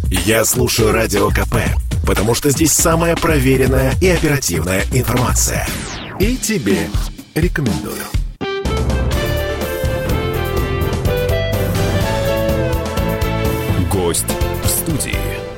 Я слушаю Радио КП, потому что здесь самая проверенная и оперативная информация. И тебе рекомендую. Гость в студии.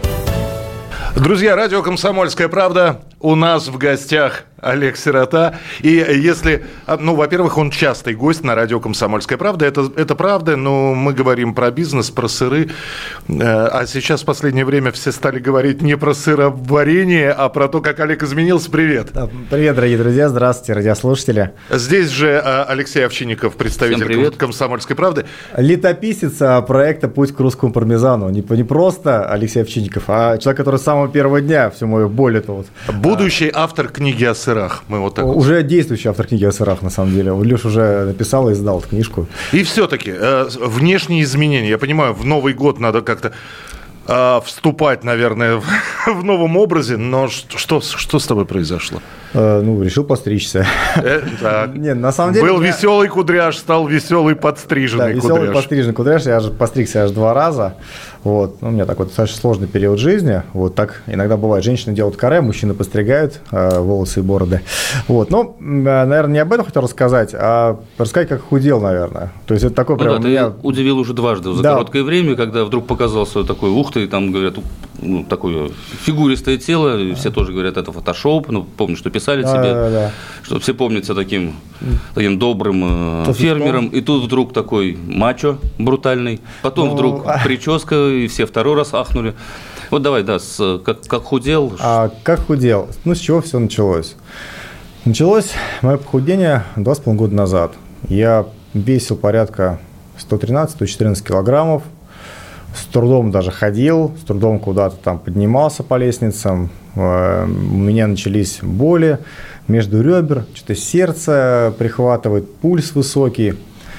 Друзья, радио «Комсомольская правда». У нас в гостях Олег Сирота. И если... во-первых, он частый гость на радио «Комсомольская правда». Это правда, но мы говорим про бизнес, про сыры. А сейчас в последнее время все стали говорить не про сыроварение, а про то, как Олег изменился. Привет. Привет, дорогие друзья. Здравствуйте, радиослушатели. Здесь же Алексей Овчинников, представитель «Комсомольской правды». Летописец проекта «Путь к русскому пармезану». Не просто Алексей Овчинников, а человек, который с самого первого дня всю мою боль эту вот... Будущий автор книги о сырах. Мы вот так уже вот. Действующий автор книги о сырах, на самом деле. Леша уже написал и издал эту книжку. И все-таки внешние изменения. Я понимаю, в Новый год надо как-то вступать, наверное, в новом образе. Но что с тобой произошло? Решил постричься. Нет, на самом деле... Был веселый кудряш, стал веселый подстриженный кудряш. Веселый подстриженный кудряш. Я же постригся аж 2 раза. Вот. У меня такой достаточно сложный период жизни. Вот так иногда бывает. Женщины делают каре, мужчины постригают волосы и бороды. Вот. Но, наверное, не об этом хотел рассказать, а рассказать, как худел, наверное. То есть это такой прям... Ты удивил уже дважды за короткое время, когда вдруг показался такой, ух ты, там, говорят, такое фигуристое тело, и все тоже говорят, это фотошоп. Помню, что писали тебе, что все помнятся таким добрым фермером, и тут вдруг такой мачо брутальный, потом вдруг прическа, и все второй раз ахнули. Вот давай, как худел? Как худел? С чего все началось? Началось мое похудение 2,5 года назад. Я весил порядка 113-114 килограммов, с трудом даже ходил, с трудом куда-то там поднимался по лестницам. У меня начались боли между ребер, что-то сердце прихватывает, пульс высокий.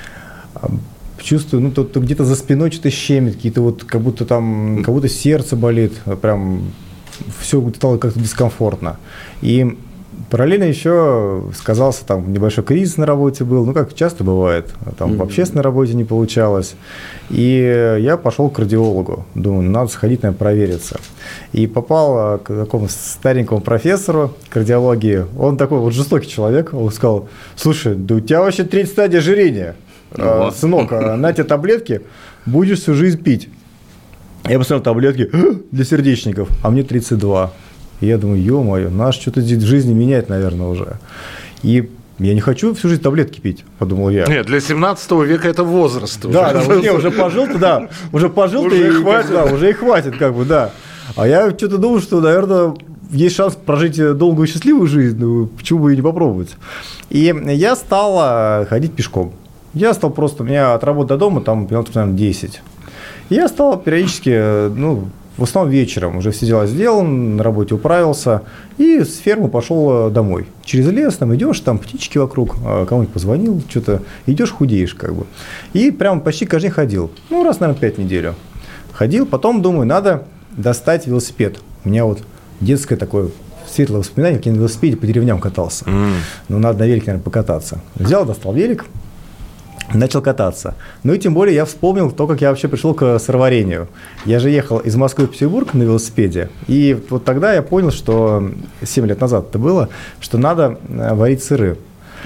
Чувствую, тут где-то за спиной что-то щемит, как будто сердце болит, прям все стало как-то дискомфортно. И параллельно еще сказался небольшой кризис на работе был, как часто бывает, в общественной работе не получалось. И я пошел к кардиологу, думаю, надо сходить, наверное, провериться. И попал к такому старенькому профессору кардиологии, он такой жестокий человек, он сказал, слушай, да у тебя вообще 3 стадии ожирения, сынок, на тебе таблетки, будешь всю жизнь пить. Я посмотрел таблетки для сердечников, а мне 32. И я думаю, ё-моё, надо что-то здесь в жизни менять, наверное, уже. И я не хочу всю жизнь таблетки пить, подумал я. Нет, для 17 века это возраст. Уже пожил-то, уже и хватит. Уже и хватит, А я что-то думал, что, наверное, есть шанс прожить долгую и счастливую жизнь, почему бы и не попробовать. И я стал ходить пешком. Я стал просто, у меня от работы до дома, километров, наверное, 10. И я стал периодически, в основном вечером уже все дела сделал, на работе управился, и с фермы пошел домой. Через лес идешь, птички вокруг, кому-нибудь позвонил, что-то, идешь, худеешь И прям почти каждый день ходил. Раз, наверное, 5 в неделю. Ходил, потом думаю, надо достать велосипед. У меня детское такое светлое воспоминание, как я на велосипеде по деревням катался. Надо на велике, наверное, покататься. Взял, достал велик, начал кататься. И тем более я вспомнил то, как я вообще пришел к сыроварению. Я же ехал из Москвы в Петербург на велосипеде, и вот тогда я понял, что 7 лет назад это было, что надо варить сыры.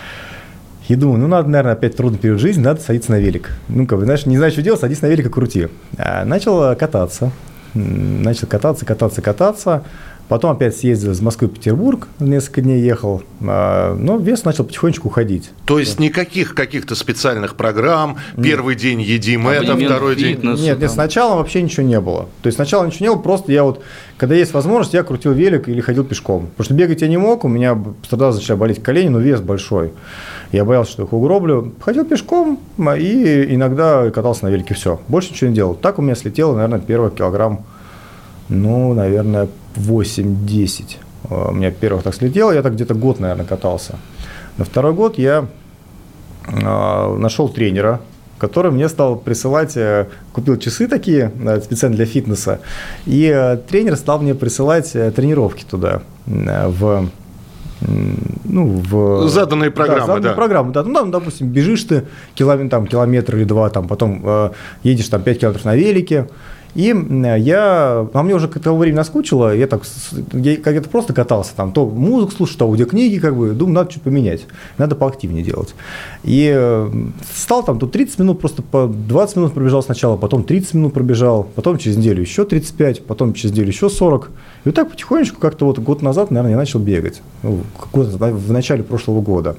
И думаю, надо, наверное, опять трудный период жизни, надо садиться на велик. Не знаешь, что делать, садись на велик и крути. Начал кататься. Кататься. Потом опять съездил из Москвы в Петербург, несколько дней ехал, но вес начал потихонечку уходить. То есть никаких каких-то специальных программ, первый день едим это, второй день... Нет, сначала вообще ничего не было. То есть сначала ничего не было, просто я когда есть возможность, я крутил велик или ходил пешком. Потому что бегать я не мог, у меня сразу начали болеть колени, но вес большой. Я боялся, что их угроблю. Ходил пешком и иногда катался на велике, все. Больше ничего не делал. Так у меня слетело, наверное, первый килограмм, наверное, 8-10. У меня первых так слетело, я так где-то год, наверное, катался. На второй год я нашел тренера, который мне стал присылать, купил часы такие специально для фитнеса, и тренер стал мне присылать тренировки туда, в заданные программы, программы, допустим, бежишь ты километр или 2, потом едешь 5 километров на велике, И мне уже к тому времени наскучило, я как-то просто катался, там, то музыку слушаю, то аудиокниги, думаю, надо что-то поменять, надо поактивнее делать. И стал там, тут 30 минут, просто по 20 минут пробежал сначала, потом 30 минут пробежал, потом через неделю еще 35, потом через неделю еще 40. И вот так потихонечку, как-то вот год назад, наверное, я начал бегать, в начале прошлого года.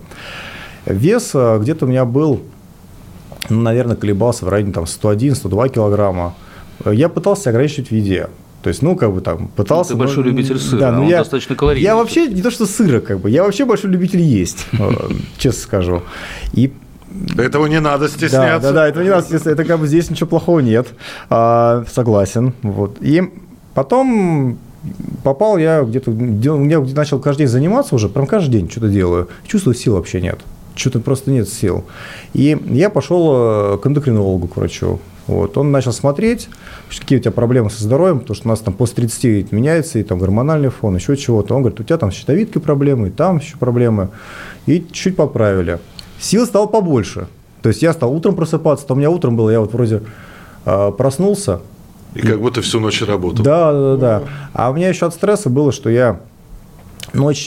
Вес где-то у меня был, наверное, колебался в районе 101-102 килограмма. Я пытался ограничивать в еде. То есть, пытался... Ты большой любитель сыра, да, он достаточно калорийный. Я вообще, не то что сыра, я вообще большой любитель есть, честно скажу. И этого не надо стесняться. Да, этого не надо стесняться. Это здесь ничего плохого нет. Согласен. Вот. И потом попал я где-то начал каждый день заниматься уже, прям каждый день что-то делаю. Чувствую, сил вообще нет. Что-то просто нет сил. И я пошел к эндокринологу, к врачу. Вот. Он начал смотреть, какие у тебя проблемы со здоровьем, потому что у нас там после 30 меняется, и там гормональный фон, еще чего-то. Он говорит, у тебя там с щитовидкой проблемы, и там еще проблемы. И чуть поправили. Сил стало побольше. То есть я стал утром просыпаться, то у меня утром было, я вот вроде проснулся. И как будто всю ночь работал. Да. А у меня еще от стресса было, что я ночь,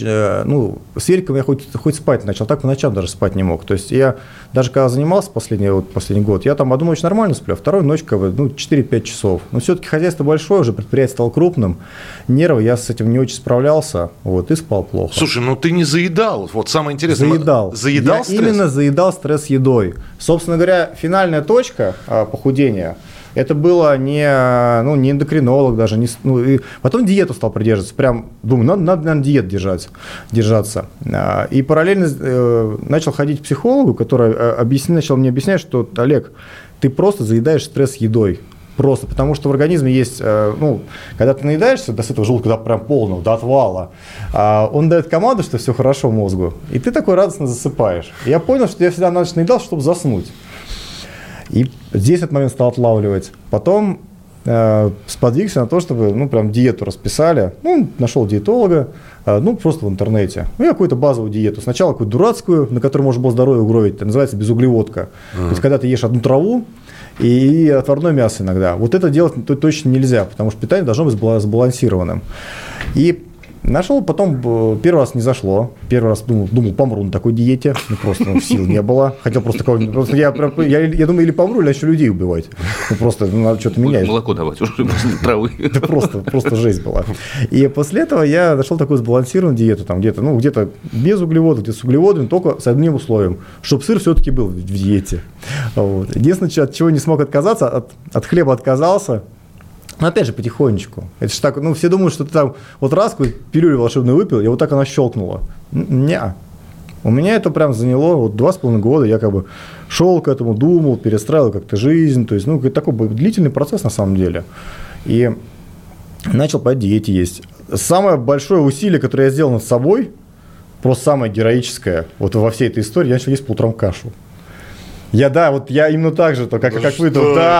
с великом я хоть спать начал, так по ночам даже спать не мог. То есть я даже когда занимался последний год, я там одну ночь нормально сплю, а вторую ночь 4-5 часов. Но все-таки хозяйство большое, уже предприятие стало крупным, нервы, я с этим не очень справлялся, и спал плохо. Слушай, ты не заедал, вот самое интересное. Заедал стресс? Именно заедал стресс едой. Собственно говоря, финальная точка похудения – это было не эндокринолог даже. Потом диету стал придерживаться. Прям думаю, надо наверное, диет держаться. И параллельно начал ходить к психологу, который начал мне объяснять, что, Олег, ты просто заедаешь стресс едой. Просто. Потому что в организме есть, когда ты наедаешься до этого желудка, прям полного, до отвала, он дает команду, что все хорошо мозгу. И ты такой радостно засыпаешь. И я понял, что я всегда на ночь наедал, чтобы заснуть. И здесь этот момент стал отлавливать. Потом сподвигся на то, чтобы прям диету расписали. Нашел диетолога, просто в интернете. Я какую-то базовую диету. Сначала какую-то дурацкую, на которой можно было здоровье угробить. Это называется безуглеводка. То есть, когда ты ешь одну траву и отварное мясо иногда. Вот это делать точно нельзя, потому что питание должно быть сбалансированным. И нашел, потом первый раз не зашло. Первый раз думал, помру на такой диете. Просто сил не было. Хотел просто кого-нибудь. Я думаю, или помру, или начну людей убивать. Просто надо что-то менять. Молоко давать уже после травы. Это просто жесть была. И после этого я нашел такую сбалансированную диету. Где-то без углеводов, где-то с углеводами, только с одним условием, чтобы сыр все-таки был в диете. Единственное, от чего не смог отказаться, от хлеба отказался. Но опять же, потихонечку. Это же так, все думают, что ты там раз какую-то пилюлю волшебную выпил, и вот так она щелкнула. Не-а. У меня это прям заняло 2,5 года. Я шел к этому, думал, перестраивал как-то жизнь. То есть, такой длительный процесс на самом деле. И начал по диете есть. Самое большое усилие, которое я сделал над собой, просто самое героическое, во всей этой истории, я начал есть по утрам кашу. Я именно так же, как вы.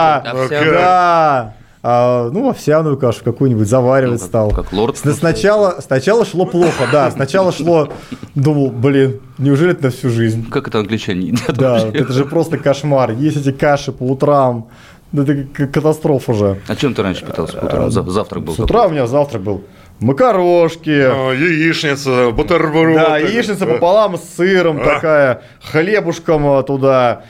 Да. Овсяную кашу какую-нибудь заваривать стал. Как лорд. Сначала шло плохо, да. Сначала шло, думал, неужели это на всю жизнь? Как это англичане едят? Да, это же просто кошмар. Есть эти каши по утрам. Это катастрофа уже. А чем ты раньше питался по утрам? Завтрак был? С утра у меня завтрак был. Макарошки. Яичница, бутерброд. Да, яичница пополам с сыром такая, хлебушком туда.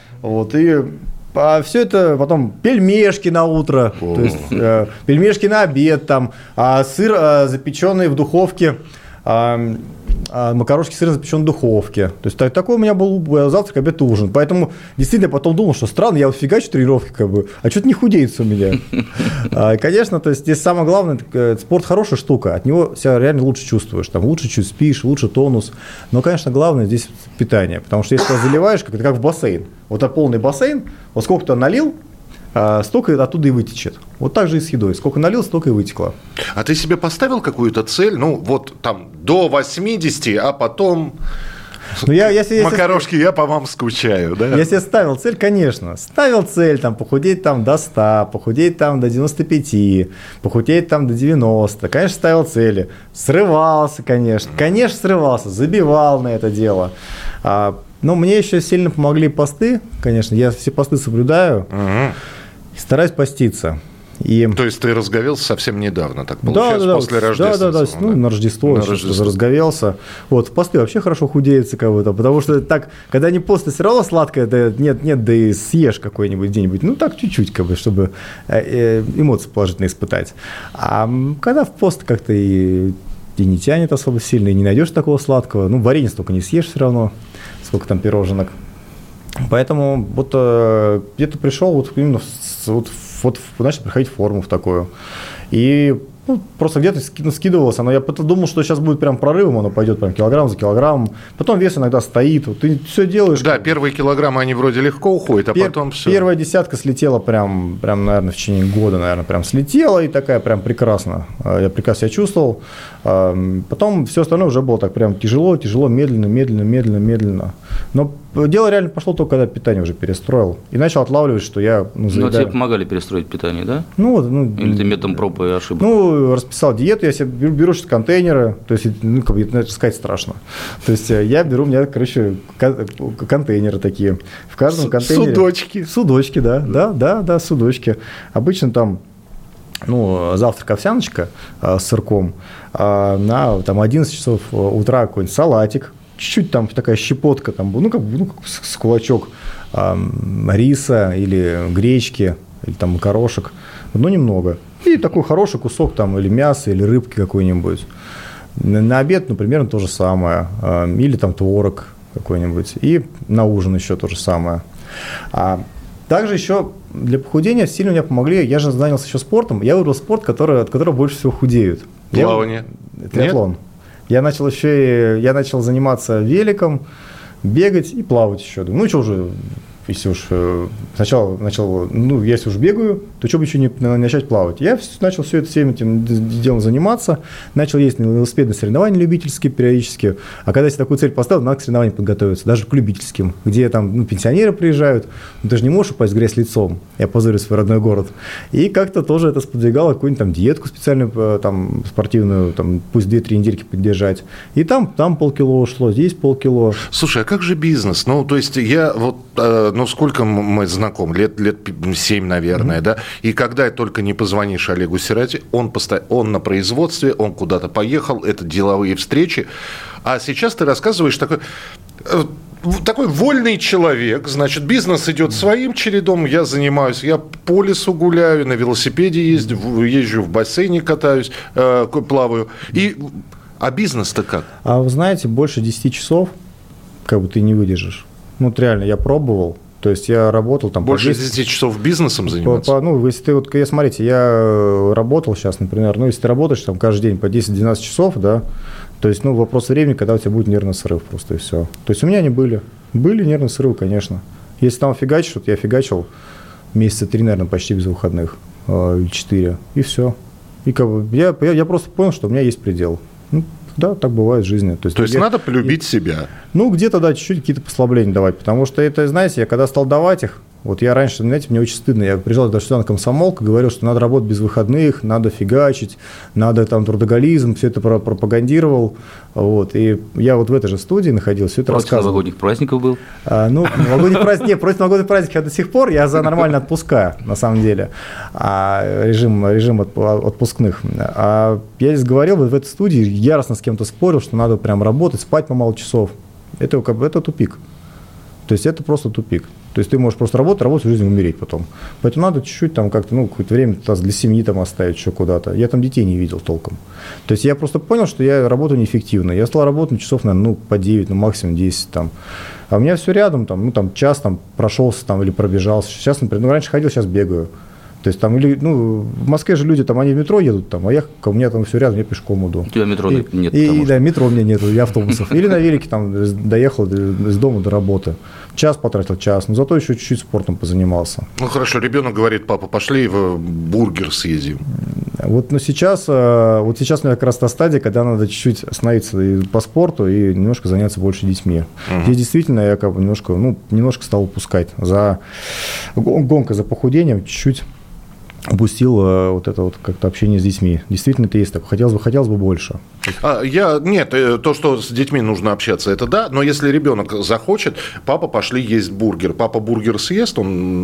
А все это потом пельмешки на утро, то есть пельмешки на обед, сыр, запеченный в духовке, макарошки сыр, запеченный в духовке. То есть такой у меня был завтрак, обед, ужин. Поэтому действительно потом думал, что странно, я фигачу тренировки, а что-то не худеется у меня. Конечно, то есть здесь самое главное, спорт хорошая штука, от него себя реально лучше чувствуешь, лучше чуть спишь, лучше тонус. Но, конечно, главное здесь питание, потому что если ты заливаешь, как в бассейн, полный бассейн, сколько ты налил, столько оттуда и вытечет. Вот так же и с едой. Сколько налил, столько и вытекло. А ты себе поставил какую-то цель? До 80, а потом... Макарошки, я по вам скучаю, да? Я себе ставил цель, конечно. Ставил цель, похудеть до 100, похудеть до 95, похудеть до 90. Конечно, ставил цели. Срывался, конечно. Конечно, срывался. Забивал на это дело. Но мне еще сильно помогли посты, конечно. Я все посты соблюдаю. И стараюсь поститься. То есть ты разговелся совсем недавно, так получается, после Рождества? Да, ну, на Рождество разговелся. Вот, в посты вообще хорошо худеется кого-то, потому что так, когда не пост, все равно сладкое, да нет, да и съешь какой-нибудь где-нибудь, ну так чуть-чуть, как бы, чтобы эмоции положительно испытать. А когда в пост как-то и не тянет особо сильно, и не найдешь такого сладкого, ну, варенье столько не съешь все равно, сколько там пироженок. Поэтому вот где-то пришел вот именно начал приходить в форму в такую. И просто где-то скидывалось оно. Я думал, что сейчас будет прям прорывом, оно пойдет прям килограмм за килограммом. Потом вес иногда стоит. Вот ты все делаешь. Да, первые килограммы, они вроде легко уходят, а потом все. Первая десятка слетела прям, наверное, в течение года, наверное, прям слетела и такая прям прекрасно. Я прекрасно себя чувствовал. Потом все остальное уже было так прям тяжело, медленно. Но дело реально пошло только, когда питание уже перестроил. И начал отлавливать, что я заедаю. Но тебе помогали перестроить питание, да? Или ты методом проб и ошибок? Расписал диету, я себе беру сейчас контейнеры, то есть, как бы, сказать страшно. То есть, я беру, у меня, контейнеры такие. В каждом контейнере... Судочки, да, судочки. Обычно там, завтрак овсяночка с сырком, на 11 часов утра какой-нибудь салатик, чуть-чуть там такая щепотка, там, как с кулачок риса или гречки, или там макарошек, немного. И такой хороший кусок там или мяса, или рыбки какой-нибудь. На обед, например, то же самое. Или там творог какой-нибудь. И на ужин еще то же самое. Также еще для похудения сильно мне помогли. Я же занялся еще спортом. Я выбрал спорт, от которого больше всего худеют. Плавание? Триатлон. Нет? Я начал заниматься великом, бегать и плавать еще. Думаю, что уже, если уж сначала начал, если уж бегаю, то что бы еще не начать плавать? Я начал всем этим делом заниматься, начал ездить на велосипедные соревнования любительские периодически, а когда я себе такую цель поставил, надо к соревнованиям подготовиться, даже к любительским, где там пенсионеры приезжают, ты же не можешь упасть в грязь лицом, я позорю свой родной город. И как-то тоже это сподвигало какую-нибудь там диетку специальную, там, спортивную, там, пусть 2-3 недельки поддержать. И там полкило ушло, здесь полкило. Слушай, а как же бизнес? То есть я сколько мы знакомы? Лет 7, наверное, да? И когда только не позвонишь Олегу Сироте, он на производстве, он куда-то поехал, это деловые встречи. А сейчас ты рассказываешь такой вольный человек, значит, бизнес идет своим чередом, я по лесу гуляю, на велосипеде езжу, в бассейне катаюсь, плаваю. А бизнес-то как? А вы знаете, больше 10 часов как бы ты не выдержишь. Реально, я пробовал. То есть я работал там... Больше 10 часов бизнесом заниматься? Если ты смотрите, я работал сейчас, например, если ты работаешь там каждый день по 10-12 часов, да, то есть, вопрос времени, когда у тебя будет нервный срыв просто, и все. То есть у меня они были. Были нервные срывы, конечно. Если там фигачишь, я фигачил месяца 3, наверное, почти без выходных, 4, и все. И как бы я просто понял, что у меня есть предел. Да, так бывает в жизни. То есть надо полюбить себя? Где-то, да, чуть-чуть какие-то послабления давать, потому что это, знаете, я когда стал давать их, я раньше, знаете, мне очень стыдно, я приезжал даже сюда на комсомолку, говорил, что надо работать без выходных, надо фигачить, надо там трудоголизм, все это пропагандировал, и я в этой же студии находился, все это рассказывал. Новогодних праздников был? Новогодних праздников, нет, против новогодних праздников я до сих пор, я за нормальные отпуска, на самом деле, режим отпускных. Я здесь говорил, в этой студии яростно с кем-то спорил, что надо прям работать, спать по мало часов. Это тупик. То есть это просто тупик. То есть ты можешь просто работать всю жизнь и умереть потом. Поэтому надо чуть-чуть там как-то, какое-то время для семьи там оставить еще куда-то. Я там детей не видел толком. То есть я просто понял, что я работаю неэффективно. Я стал работать часов, наверное, по 9, максимум 10 там. А у меня все рядом, час там прошелся там или пробежался. Сейчас, например, раньше ходил, сейчас бегаю. То есть там, в Москве же люди, они в метро едут, а у меня там все рядом, я пешком иду. У тебя метро нет. Да, метро у меня нету, и автобусов. Или на велике доехал из дома до работы. Час потратил, но зато еще чуть-чуть спортом позанимался. Хорошо, ребенок говорит: папа, пошли в бургер съездим. Сейчас у меня как раз та стадия, когда надо чуть-чуть остановиться и по спорту и немножко заняться больше детьми. Здесь действительно я как бы немножко стал упускать. За гонкой за похудением чуть-чуть упустил вот это вот как-то общение с детьми. Действительно, это есть такое. Хотелось бы больше. Нет, то, что с детьми нужно общаться, это да, но если ребенок захочет, папа, пошли есть бургер. Папа бургер съест,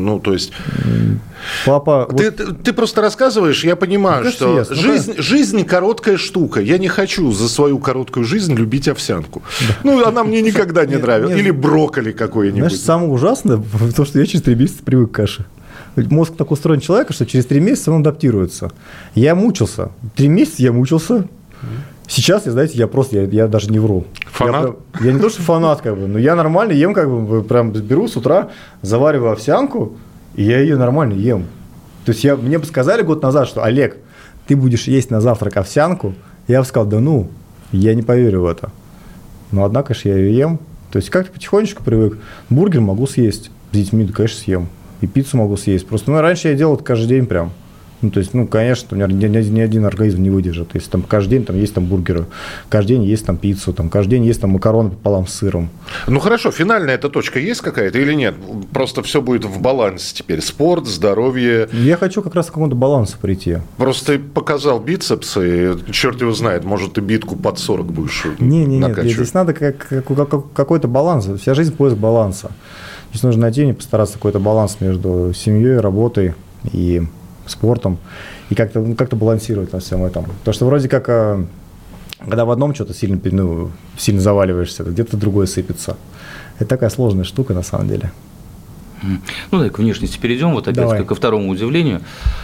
Папа... Ты просто рассказываешь, я понимаю, что жизнь короткая штука. Я не хочу за свою короткую жизнь любить овсянку. Да. Она мне никогда не нравилась. Или брокколи какой-нибудь. Знаешь, самое ужасное, то, что я через 3 месяца привык к каше. Мозг так устроен человека, что через 3 месяца он адаптируется. Я мучился. 3 месяца я мучился. Сейчас, я даже не вру. Фанат? Я не то, что фанат, но я нормально ем, прям беру с утра, завариваю овсянку, и я ее нормально ем. То есть мне бы сказали год назад, что, Олег, ты будешь есть на завтрак овсянку, я бы сказал, я не поверю в это. Но, однако же, я ее ем. То есть как-то потихонечку привык. Бургер могу съесть с детьми, да, конечно, съем. И пиццу могу съесть. Просто раньше я делал это каждый день прям. Конечно, у меня ни один организм не выдержит. Если там каждый день есть бургеры, каждый день есть пиццу, каждый день есть макароны пополам с сыром. Хорошо, финальная эта точка есть какая-то или нет? Просто все будет в балансе теперь. Спорт, здоровье. Я хочу как раз к какому-то балансу прийти. Просто ты показал бицепс, и черт его знает, может, ты битку под 40 будешь накачивать. Здесь надо какой-то баланс. Вся жизнь поиск баланса. Здесь нужно найти и постараться какой-то баланс между семьей, работой и спортом, и как-то балансировать на всем этом. Потому что вроде как, когда в одном что-то сильно заваливаешься, где-то другое сыпется. Это такая сложная штука на самом деле. Давай к внешности перейдем, опять ко второму удивлению.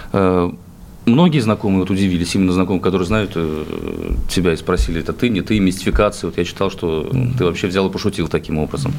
Многие знакомые удивились, именно знакомые, которые знают тебя и спросили, это ты, не ты, мистификация. Я читал, что ты вообще взял и пошутил таким образом.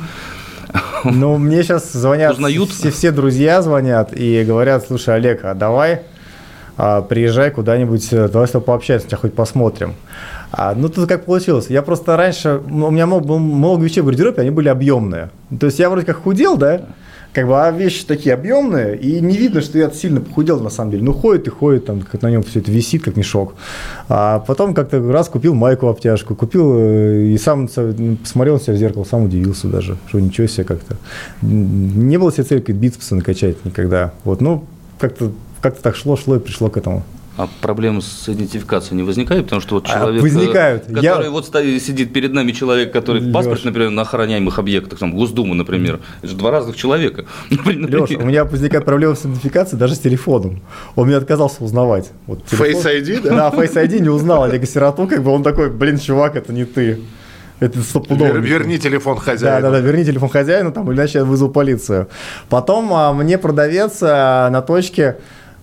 Мне сейчас звонят, все друзья звонят и говорят, слушай, Олег, давай приезжай куда-нибудь, давай с тобой пообщаемся, тебя хоть посмотрим. Тут как получилось, я просто раньше, у меня много вещей в гардеробе, они были объемные. То есть я вроде как худел, да, а вещи такие объемные, и не видно, что я сильно похудел на самом деле. Ходит и ходит, как на нем все это висит, как мешок. А потом как-то раз купил майку обтяжку, и сам посмотрел на себя в зеркало, сам удивился даже, что ничего себе как-то. Не было себе цели бицепсы накачать никогда. Как-то так шло и пришло к этому. А проблемы с идентификацией не возникают? Потому что человек, возникают. Который сидит перед нами, человек, который паспорт, например, на охраняемых объектах, Госдума, например, это же 2 разных человека. Леша, у меня возникает проблема с идентификацией даже с телефоном. Он меня отказался узнавать. Face ID, да? Да, Face ID не узнал Олега Сироту, он такой, чувак, это не ты. Это стопудово. Верни телефон хозяину. Да, верни телефон хозяину, иначе я вызову полицию. Потом мне продавец на точке,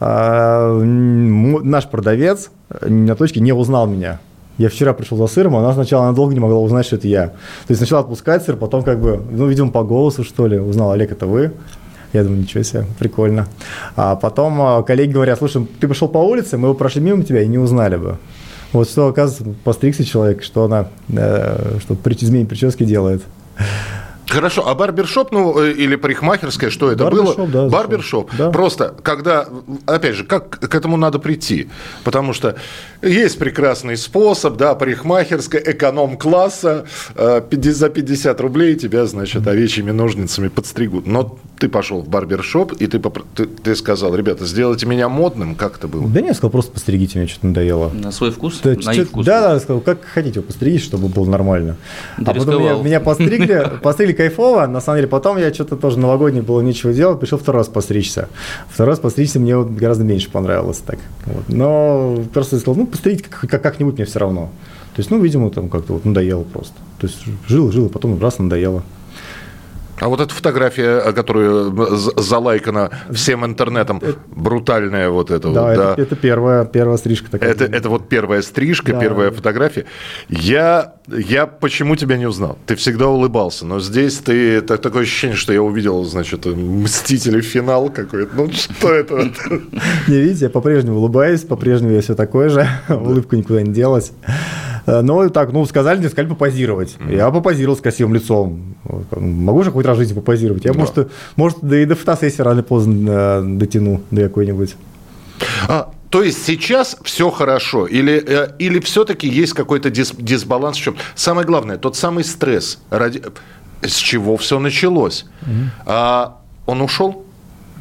наш продавец на точке не узнал меня. Я вчера пришел за сыром, она сначала долго не могла узнать, что это я. То есть сначала отпускать сыр, потом видимо, по голосу, что ли, узнал, Олег, это вы? Я думаю, ничего себе, прикольно. А потом коллеги говорят, слушай, ты пошел по улице, мы прошли мимо тебя и не узнали бы. Что, оказывается, постригся человек, что она изменение прически делает. Хорошо, а барбершоп, или парикмахерская, что это было? Да, барбершоп. Да. Просто, когда, опять же, как к этому надо прийти? Потому что есть прекрасный способ, парикмахерская, эконом-класса, за 50 рублей тебя, овечьими ножницами подстригут. Но ты пошел в барбершоп, и ты сказал, ребята, сделайте меня модным, как это было? Да нет, я сказал, просто постригите, мне что-то надоело. На свой вкус? На их вкус? Да, сказал, как хотите постригите, чтобы было нормально. А потом меня постригли кайфово, на самом деле, потом я что-то тоже новогоднее было нечего делать, пришел 2 раз постричься. 2 раз постричься мне гораздо меньше понравилось так. Но просто сказал, постригите как-нибудь, мне все равно. То есть, видимо, как-то надоело просто. То есть жил, и потом раз надоело. А вот эта фотография, которая залайкана всем интернетом, брутальная Да, это первая стрижка такая. Это первая стрижка, первая фотография. Я почему тебя не узнал? Ты всегда улыбался, но здесь такое ощущение, что я увидел, «Мстители. Финал» какой-то. Что это? Не, видите, я по-прежнему улыбаюсь, по-прежнему я все такой же, улыбка никуда не делась. Сказали попозировать. Я попозировал с красивым лицом. Могу же хоть раз в жизни попозировать? Я, может, да и до фотосессии рано или поздно дотяну до какой-нибудь. То есть сейчас все хорошо? Или все-таки есть какой-то дисбаланс в чем? Самое главное, тот самый стресс, с чего все началось. Он ушел?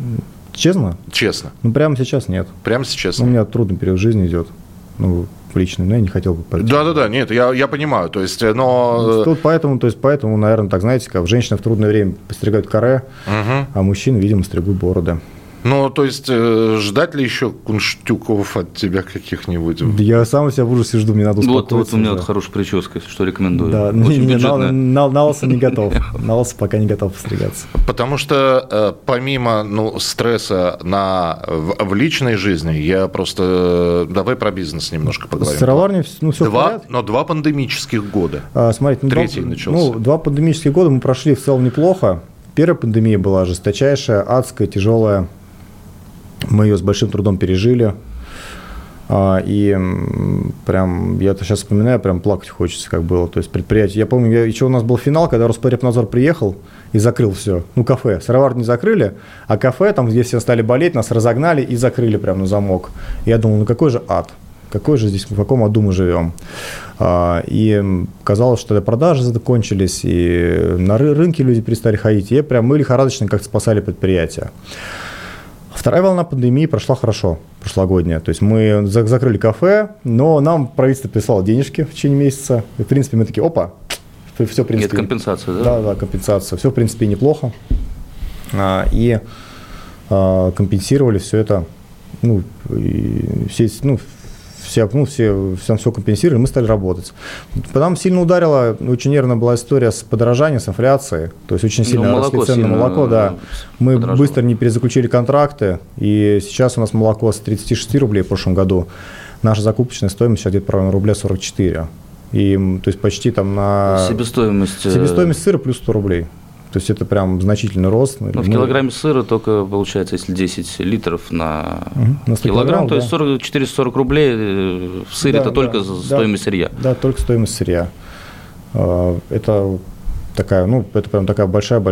Честно? Честно. Ну, прямо сейчас нет. Прямо сейчас нет. У меня трудный период жизни идет. Ну, личный, но я не хотел бы пойти. Да, нет, я понимаю, то есть, но... Тут поэтому, наверное, так, знаете, как женщины в трудное время постригают каре, а мужчины, видимо, стригут бороды. Ну, то есть, ждать ли еще кунштюков от тебя каких-нибудь? Я сам себя в ужасе жду, мне надо успокоиться. Вот у меня вот хорошая прическа, что рекомендую. Да, на лысо не готов. На лысо пока не готов постригаться. Потому что помимо стресса в личной жизни, я просто... Давай про бизнес немножко поговорим. С сыроварней все в порядке. Но 2 пандемических года. Смотрите, третий начался. 2 пандемических года мы прошли в целом неплохо. Первая пандемия была жесточайшая, адская, тяжелая. Мы ее с большим трудом пережили. И прям, я это сейчас вспоминаю, прям плакать хочется, как было. То есть предприятие. Я помню, еще у нас был финал, когда Роспотребнадзор приехал и закрыл все. Ну, кафе. Сыровар не закрыли, а кафе, там, где все стали болеть, нас разогнали и закрыли прям на замок. Я думал, ну какой же ад? Какой же здесь, в каком аду мы живем? И казалось, что продажи закончились, и на рынке люди перестали ходить. И мы лихорадочно как-то спасали предприятие. Вторая волна пандемии прошла хорошо, прошлогодняя. То есть мы закрыли кафе, но нам правительство прислало денежки в течение месяца. И, в принципе, мы такие, опа, все, в принципе... Это компенсация, да? Да, компенсация. Все, в принципе, неплохо. И компенсировали все это, все компенсировали, мы стали работать. Потом сильно ударила, очень нервная была история с подорожанием, с инфляцией, то есть очень сильно росли цены на молоко, да. Мы быстро не перезаключили контракты, и сейчас у нас молоко с 36 рублей в прошлом году, наша закупочная стоимость сейчас где-то рубля 44. И, то есть почти там на... Себестоимость сыра плюс 100 рублей. То есть это прям значительный рост. В килограмме сыра только получается, если 10 литров на килограмм, то есть 440 рублей в сыре, это только стоимость сырья. Да, только стоимость сырья. Это такая, это прям такая большой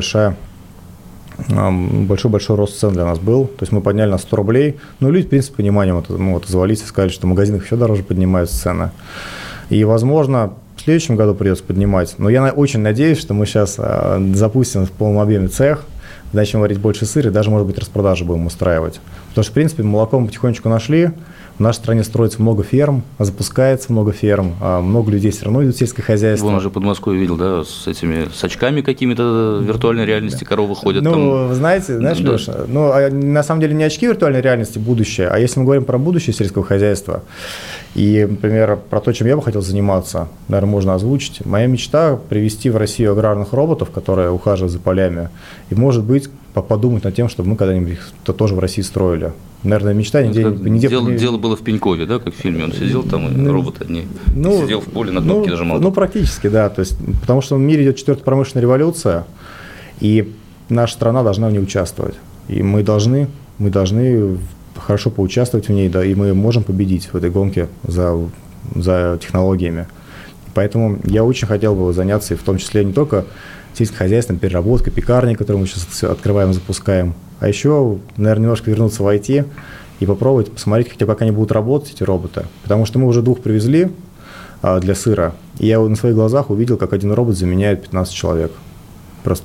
рост цен для нас был. То есть мы подняли на 100 рублей. Но люди, в принципе, пониманием отозвались и сказали, что в магазинах еще дороже поднимаются цены. И, возможно, в следующем году придется поднимать. Но я очень надеюсь, что мы сейчас запустим в полном объеме цех, начнем варить больше сыра и даже, может быть, распродажи будем устраивать. Потому что, в принципе, молоко мы потихонечку нашли. В нашей стране строится много ферм, запускается много ферм, много людей все равно идут в сельское хозяйство. Вон уже под Москвой видел, да, с очками какими-то виртуальной реальности коровы ходят. Знаешь, Леша, на самом деле не очки виртуальной реальности будущее, а если мы говорим про будущее сельского хозяйства, и, например, про то, чем я бы хотел заниматься, наверное, можно озвучить. Моя мечта – привести в Россию аграрных роботов, которые ухаживают за полями, и, может быть, подумать над тем, чтобы мы когда-нибудь их тоже в России строили. Наверное, мечта Дело было в Пенькове, да, как в фильме, он сидел там, и роботы сидел в поле, на кнопки нажимал. Практически, да, то есть, потому что в мире идет 4-я промышленная революция, и наша страна должна в ней участвовать. И мы должны хорошо поучаствовать в ней, да, и мы можем победить в этой гонке за технологиями. Поэтому я очень хотел бы заняться, в том числе не только сельскохозяйством, переработкой, пекарней, которую мы сейчас открываем и запускаем, а еще, наверное, немножко вернуться в IT и попробовать посмотреть, как они будут работать, эти роботы. Потому что мы уже 2 привезли для сыра, и я на своих глазах увидел, как один робот заменяет 15 человек. Просто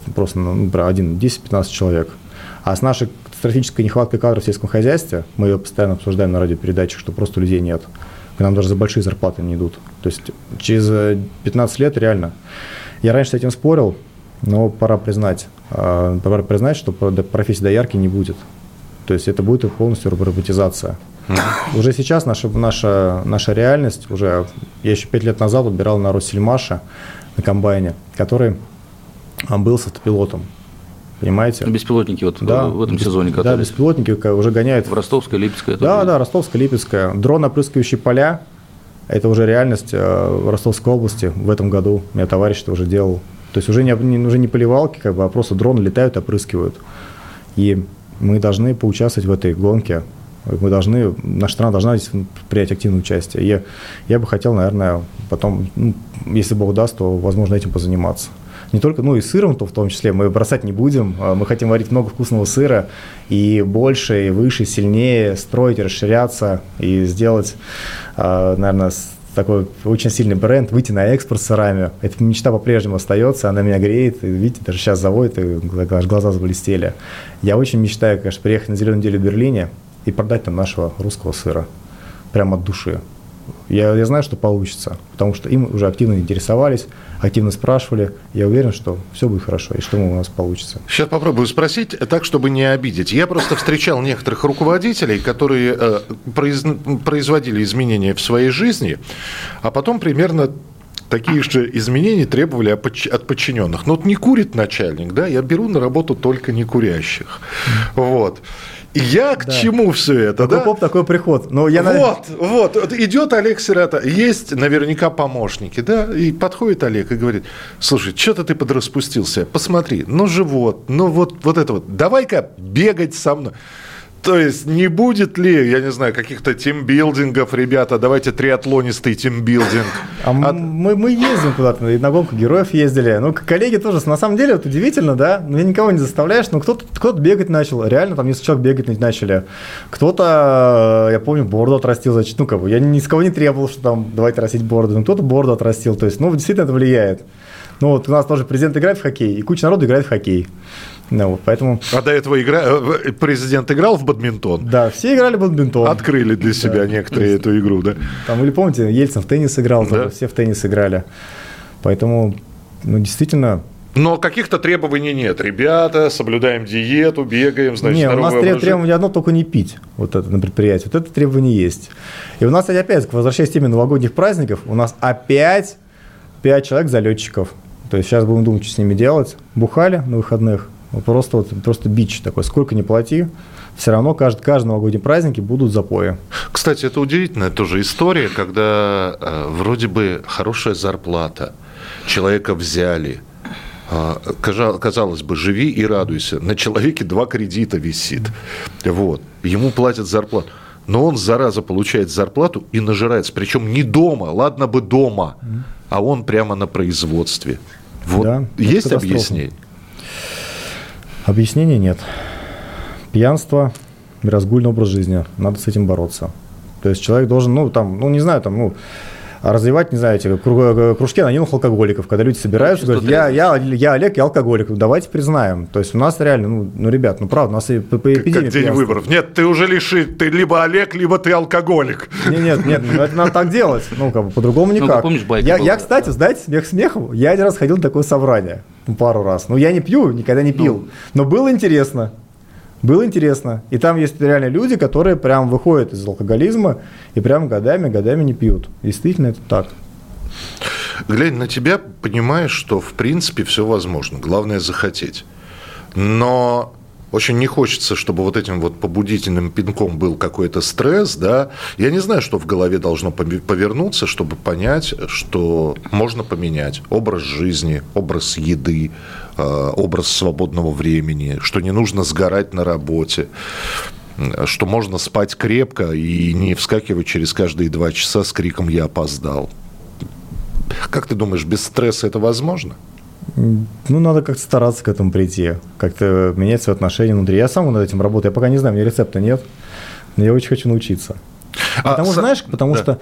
10-15 человек. А с нашей катастрофической нехваткой кадров в сельском хозяйстве, мы ее постоянно обсуждаем на радиопередачах, что просто людей нет. К нам даже за большие зарплаты не идут. То есть через 15 лет реально. Я раньше с этим спорил, но пора признать, что профессии доярки не будет. То есть это будет полностью роботизация. Уже сейчас наша реальность, я еще 5 лет назад убирал на Россельмаше на комбайне, который был с автопилотом. Понимаете? Беспилотники в этом сезоне катались. Да, беспилотники уже гоняют. В Ростовской, Липецкой. Да, Ростовская, Липецкая. Дрон, опрыскивающий поля. Это уже реальность в Ростовской области в этом году. У меня товарищ это уже делал. То есть уже не поливалки, а просто дроны летают, опрыскивают. И мы должны поучаствовать в этой гонке. Наша страна должна здесь принять активное участие. И я бы хотел, наверное, потом, если Бог даст, то, возможно, этим позаниматься. Не только, и сыром в том числе, мы бросать не будем. Мы хотим варить много вкусного сыра и больше, и выше, сильнее строить, расширяться и сделать, наверное, такой очень сильный бренд, выйти на экспорт с сырами. Эта мечта по-прежнему остается, она меня греет. И, видите, даже сейчас заводит, и глаза заблестели. Я очень мечтаю, конечно, приехать на Зеленую неделю в Берлине и продать там нашего русского сыра. Прямо от души. Я знаю, что получится, потому что им уже активно интересовались, активно спрашивали. Я уверен, что все будет хорошо и что у нас получится. Сейчас попробую спросить так, чтобы не обидеть. Я просто встречал некоторых руководителей, которые производили изменения в своей жизни, а потом примерно такие же изменения требовали от подчиненных. Ну вот не курит начальник, да, я беру на работу только не курящих. Вот. Я к чему все это, такой да? Поп, такой приход. Но я вот, идет Олег Сирота, есть наверняка помощники, да, и подходит Олег и говорит: слушай, что-то ты подраспустился, посмотри, ну живот, ну вот это вот, давай-ка бегать со мной. То есть не будет ли, я не знаю, каких-то тимбилдингов, ребята, давайте триатлонистый тимбилдинг. Мы ездим куда-то, и на гонку героев ездили. Ну, коллеги тоже, на самом деле, вот удивительно, да, ну, никого не заставляешь, но кто-то бегать начал, реально, там несколько человек бегать начали. Кто-то, я помню, бороду отрастил, значит, ну, как бы, я ни с кого не требовал, что там, давайте растить бороду, но кто-то бороду отрастил, то есть, ну, действительно это влияет. Ну, вот у нас тоже президент играет в хоккей, и куча народу играет в хоккей. Ну, вот, поэтому... А до этого президент играл в бадминтон? Да, все играли в бадминтон. Открыли для себя некоторые эту игру, да? Там, или помните, Ельцин в теннис играл, да? Все в теннис играли. Поэтому, ну, действительно... Но каких-то требований нет. Ребята, соблюдаем диету, бегаем, значит, нет, у нас требование одно, только не пить. Вот это на предприятии. Вот это требование есть. И у нас, опять, возвращаясь к теме новогодних праздников, у нас опять 5 человек залетчиков. То есть сейчас будем думать, что с ними делать. Бухали на выходных. Просто бич такой. Сколько ни плати, все равно каждый новогодний праздник будут запои. Кстати, это удивительная тоже история, когда вроде бы хорошая зарплата, человека взяли. Казалось бы, живи и радуйся. На человеке 2 кредита висит. Вот. Ему платят зарплату. Но он, зараза, получает зарплату и нажирается. Причем не дома, ладно бы дома, а он прямо на производстве. Вот. Да, есть объяснение? Объяснений нет. Пьянство, разгульный образ жизни. Надо с этим бороться. То есть человек должен, развивать, не знаю, эти кружки анонимных алкоголиков, когда люди собираются, говорят, я Олег, я алкоголик. Давайте признаем. То есть у нас реально, ребят, правда, у нас и по эпидемии как день выборов. Нет, ты уже лишит, ты либо Олег, либо ты алкоголик. Нет, это надо так делать. По-другому никак. Помнишь, я, кстати, знаете, смех смехом, я один раз ходил на такое собрание, пару раз. Я не пью, никогда не пил. Но было интересно. Было интересно. И там есть реально люди, которые прям выходят из алкоголизма и прям годами не пьют. Действительно, это так. Глядя на тебя, понимаешь, что в принципе все возможно. Главное захотеть. Но очень не хочется, чтобы вот этим вот побудительным пинком был какой-то стресс, да. Я не знаю, что в голове должно повернуться, чтобы понять, что можно поменять образ жизни, образ еды, образ свободного времени, что не нужно сгорать на работе, что можно спать крепко и не вскакивать через каждые 2 часа с криком «я опоздал». Как ты думаешь, без стресса это возможно? Надо как-то стараться к этому прийти, как-то менять свои отношения внутри. Я сам над этим работаю, я пока не знаю, у меня рецепта нет, но я очень хочу научиться. Потому что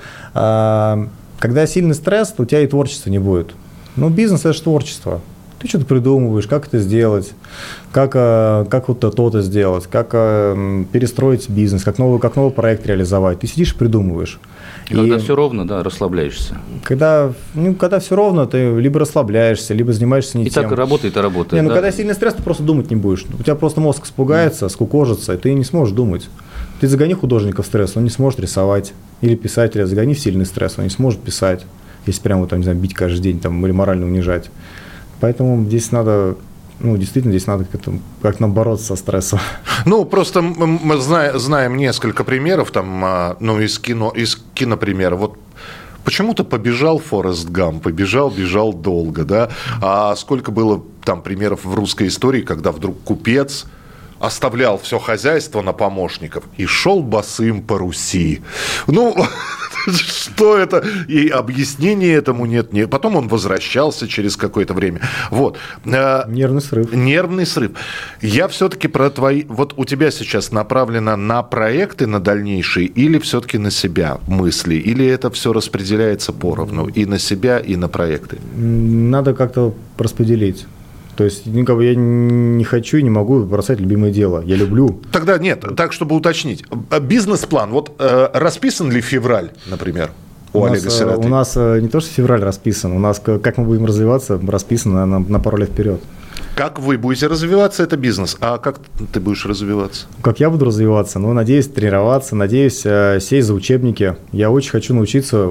когда сильный стресс, то у тебя и творчества не будет. Бизнес – это же творчество. Ты что-то придумываешь, как это сделать, как вот то-то сделать, как перестроить бизнес, как новый проект реализовать. Ты сидишь и придумываешь. И когда все ровно, да, расслабляешься. Когда все ровно, ты либо расслабляешься, либо занимаешься не тем. И так и работает. Да? Когда сильный стресс, ты просто думать не будешь. У тебя просто мозг испугается, скукожится, и ты не сможешь думать. Ты загони художника в стресс, он не сможет рисовать. Или писателя загони в сильный стресс, он не сможет писать. Если прямо бить каждый день или морально унижать. Поэтому здесь надо... действительно, здесь надо как-то бороться со стрессом. Просто мы знаем несколько примеров, из кинопримера. Вот почему-то побежал Форест Гамп, бежал долго, да? А сколько было примеров в русской истории, когда вдруг купец оставлял все хозяйство на помощников и шел босым по Руси. Что это? И объяснения этому нет. Потом он возвращался через какое-то время. Вот. Нервный срыв. Нервный срыв. Я все-таки про твои... Вот у тебя сейчас направлено на проекты, на дальнейшие, или все-таки на себя мысли? Или это все распределяется поровну? И на себя, и на проекты? Надо как-то распределить. То есть, я не хочу и не могу бросать любимое дело. Я люблю. Тогда нет, так, чтобы уточнить. Бизнес-план. Вот расписан ли февраль, например, у Олега Сироты? У нас не то, что февраль расписан. У нас, как мы будем развиваться, расписано на пару лет вперед. Как вы будете развиваться, это бизнес. А как ты будешь развиваться? Как я буду развиваться? Надеюсь тренироваться, надеюсь сесть за учебники. Я очень хочу научиться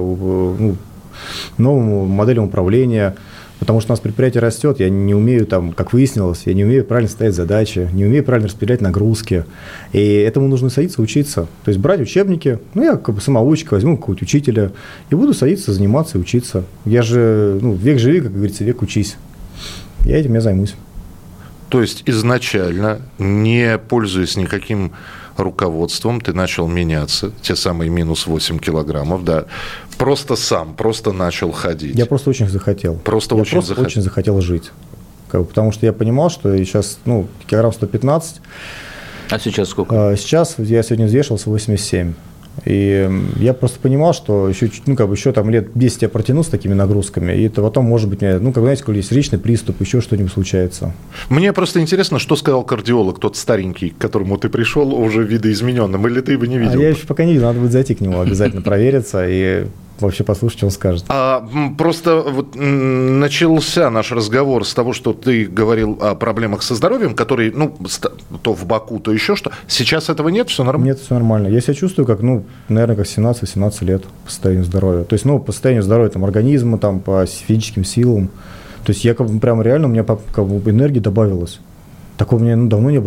новому моделям управления. Потому что у нас предприятие растет, я не умею, как выяснилось, я не умею правильно ставить задачи, не умею правильно распределять нагрузки. И этому нужно садиться, учиться. То есть брать учебники, я самоучка, возьму какого-то учителя и буду садиться, заниматься и учиться. Я же, век живи, как говорится, век учись. Я этим займусь. То есть изначально, не пользуясь никаким руководством, ты начал меняться, те самые минус 8 килограммов, да, просто начал ходить. Я просто очень захотел. Очень захотел жить. Потому что я понимал, что сейчас, килограмм 115. А сейчас сколько? Сейчас я сегодня взвешивался 87. И я просто понимал, что еще лет 10 я протяну с такими нагрузками, и это потом, может быть, когда есть сердечный приступ, еще что-нибудь случается. Мне просто интересно, что сказал кардиолог, тот старенький, к которому ты пришел уже видоизмененным, или ты его не видел? Я еще пока не видел, надо будет зайти к нему, обязательно провериться и вообще послушать, что он скажет. Просто начался наш разговор с того, что ты говорил о проблемах со здоровьем, которые, то в боку, то еще что. Сейчас этого нет, все нормально? Нет, все нормально. Я себя чувствую, как 17-18 лет по состоянию здоровья. То есть, по состоянию здоровья организма, по физическим силам. То есть, я прям реально, у меня энергии добавилось. Такого у меня давно не было.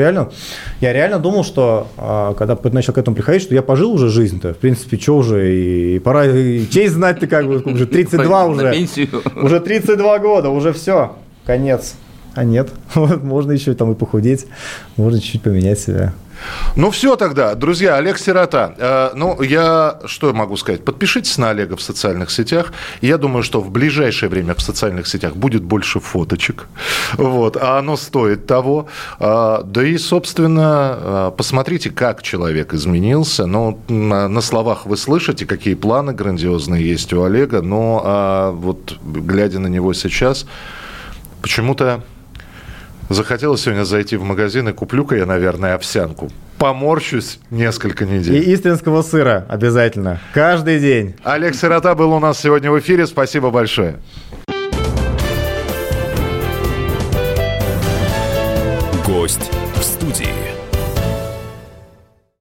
Я реально думал, что когда начал к этому приходить, что я пожил уже жизнь-то. В принципе, что уже, и пора и честь знать-то уже 32 уже. Уже 32 года, уже все, конец. А нет, можно еще и похудеть, можно чуть-чуть поменять себя. Все тогда, друзья, Олег Сирота. Я что могу сказать? Подпишитесь на Олега в социальных сетях. Я думаю, что в ближайшее время в социальных сетях будет больше фоточек. А оно стоит того. Да и, собственно, посмотрите, как человек изменился. На словах вы слышите, какие планы грандиозные есть у Олега. Но глядя на него сейчас, почему-то захотелось сегодня зайти в магазин и куплю-ка я, наверное, овсянку. Поморщусь несколько недель. И истринского сыра обязательно. Каждый день. Олег Сирота был у нас сегодня в эфире. Спасибо большое. Гость